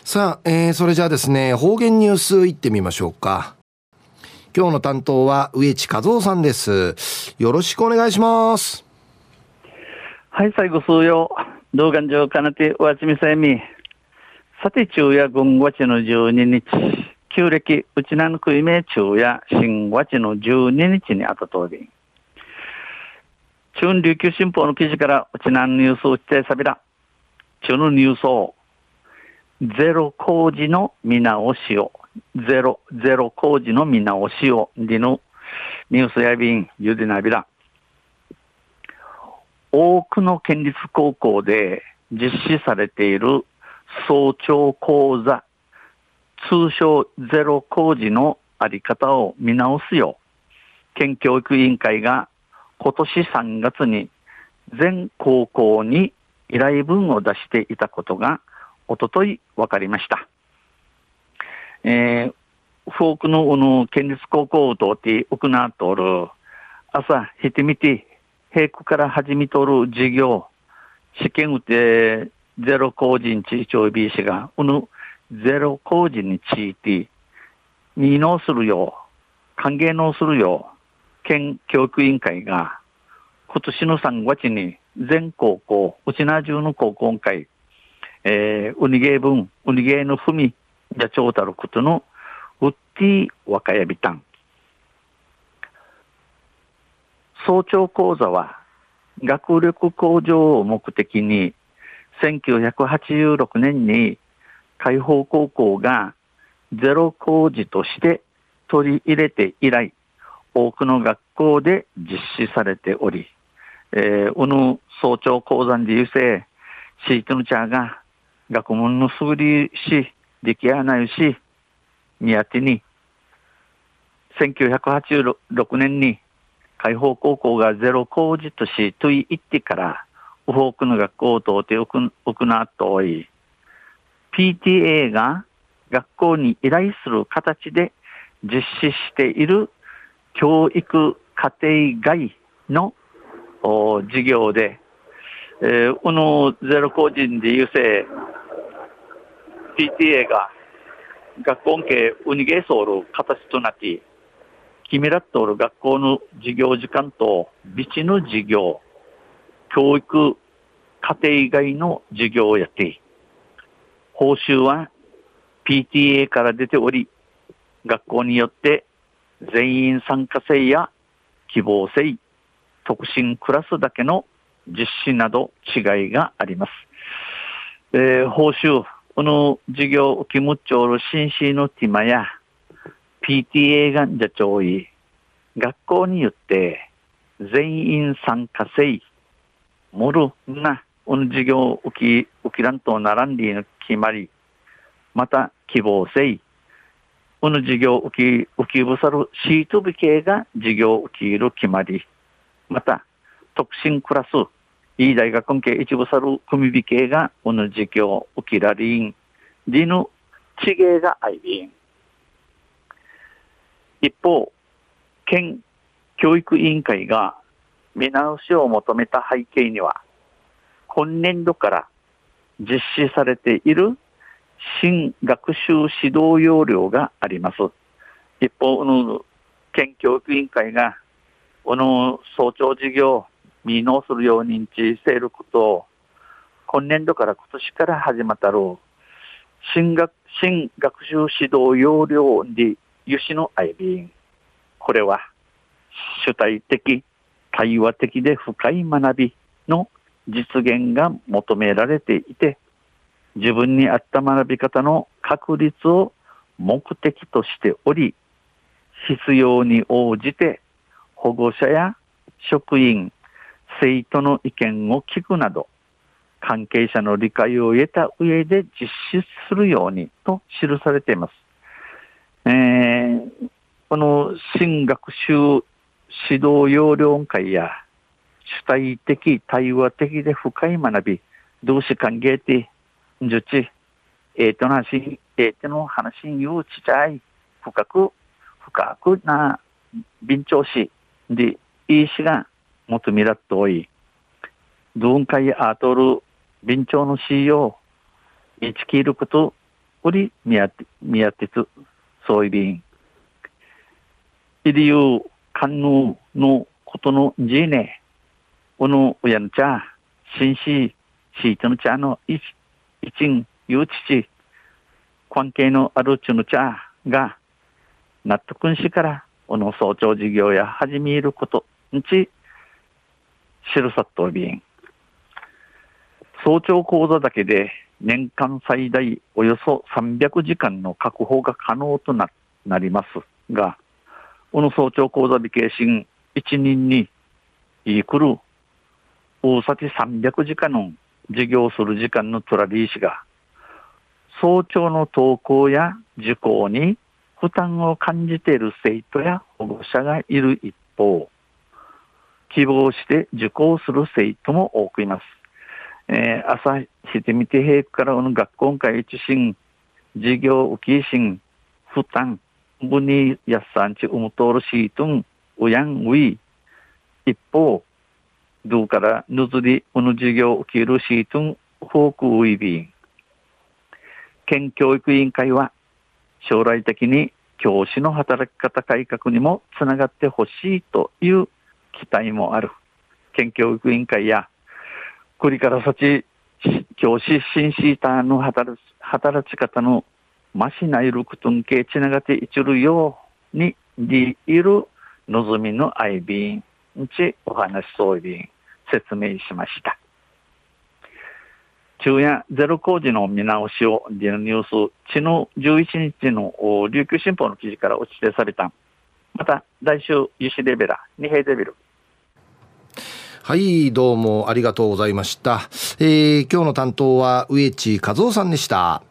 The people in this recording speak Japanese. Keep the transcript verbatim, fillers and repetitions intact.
さあ、えー、それじゃあですね、方言ニュースいってみましょうか。今日の担当は植地和夫さんです。よろしくお願いします。 はい、最後数曜動画上かなておわちみさえみさて昼夜軍ごちのじゅうににち旧暦うちなぬくいめ昼夜新ごちのじゅうににちにあたとおり中琉球新報の記事からうちなぬニュースをしてさびら中のニュースをゼロ工事の見直しをゼロゼロ工事の見直しをでのニュースやびんゆでなびら多くの県立高校で実施されている早朝講座通称ゼロ工事のあり方を見直すよう県教育委員会が今年さんがつに全高校に依頼文を出していたことがおととい分かりました。えー、フォークのの県立高校を通って行っとる朝ひてみて平区から始めとる事業試験打てゼロ工事にちいちょいびしがうぬゼロ工事について見直するよう歓迎のするよう県教育委員会が今年のさんがつに全高校うちな中の高校会えー、ウニゲー分、ウニゲーのふみ、じゃちょうたることの、うってぃわかやびたん。早朝講座は、学力向上を目的に、せんきゅうひゃくはちじゅうろくねんに、海邦高校がゼロ工事として取り入れて以来、多くの学校で実施されており、えー、うぬ早朝講座でゆせ、シートのチャーが、学問のすぐりし、出来やないし、にやってに、せんきゅうひゃくはちじゅうろくねんに海邦高校がゼロ工事とし、とい行ってから、多くの学校を通っておくなっとおい、ピーティーエー が学校に依頼する形で実施している教育家庭外の事業で、えー、このゼロ工事でいうせ、ピーティーエー が学校系ウニゲーソール形となって決めらっとおる学校の授業時間と備地の授業教育家庭以外の授業をやって報酬は ピーティーエー から出ており学校によって全員参加制や希望制特進クラスだけの実施など違いがあります。えー、報酬この授業を決むっちょる紳士のティマや ピーティーエー がんじゃちょい学校によって全員参加せいもるなこの授業をき受きらんとならんりの決まりまた希望せいこの授業をき受きぶさるシートビ系が授業を受ける決まりまた特進クラスいい大学関係一部さる組引系がこの授業受けらりんでの地芸があいびん一方県教育委員会が見直しを求めた背景には今年度から実施されている新学習指導要領があります。一方の県教育委員会がこの早朝授業見直するよう認知していることを今年度から今年から始まったる新学新学習指導要領で有志のアイビーンこれは主体的対話的で深い学びの実現が求められていて自分に合った学び方の確立を目的としており必要に応じて保護者や職員生徒の意見を聞くなど関係者の理解を得た上で実施するようにと記されています。えー、この新学習指導要領会や主体的対話的で深い学び同士関係で受知えーとの話えーとの話に言うちちゃい深く深くな便調しでいいしが求めらっとおい文化やアートル便調のしよういちきることおりみやて、みやてつ、そういびん。いりゆう、かんぬのことのじね、おのうやんちゃ、しんし、しいとのちゃのいち、いちん、ゆうちち、関係のあるちのちゃが、納得んしから、おの早朝事業や始めることんち、しるさっとびん。早朝講座だけで年間最大およそさんびゃくじかんの確保が可能と な, なりますが、この早朝講座美形心一人にいくる大さきさんびゃくじかんの授業する時間のトラリー氏が、早朝の登校や受講に負担を感じている生徒や保護者がいる一方、希望して受講する生徒も多くいます。えー、朝してみてへからの学校会一心、授業受け心、負担、ぶにやっさんちうむとるしいとん、うやんうい、一方、どうからぬずりうぬ授業受けるしいとん、フォークウイビン。県教育委員会は、将来的に教師の働き方改革にもつながってほしいという期待もある。県教育委員会や、これから先、教師新シーターの働き方のマシナイルクトン系つながっていちるようにでいる望みのアイビンにちお話そうびん説明しました。昼夜ゼロ工事の見直しをニュース、昨日じゅういちにちの琉球新報の記事からお知らされた。また来週ユシレベラ、ニヘイデビル。 はい、どうもありがとうございました。えー、今日の担当は植地和夫さんでした。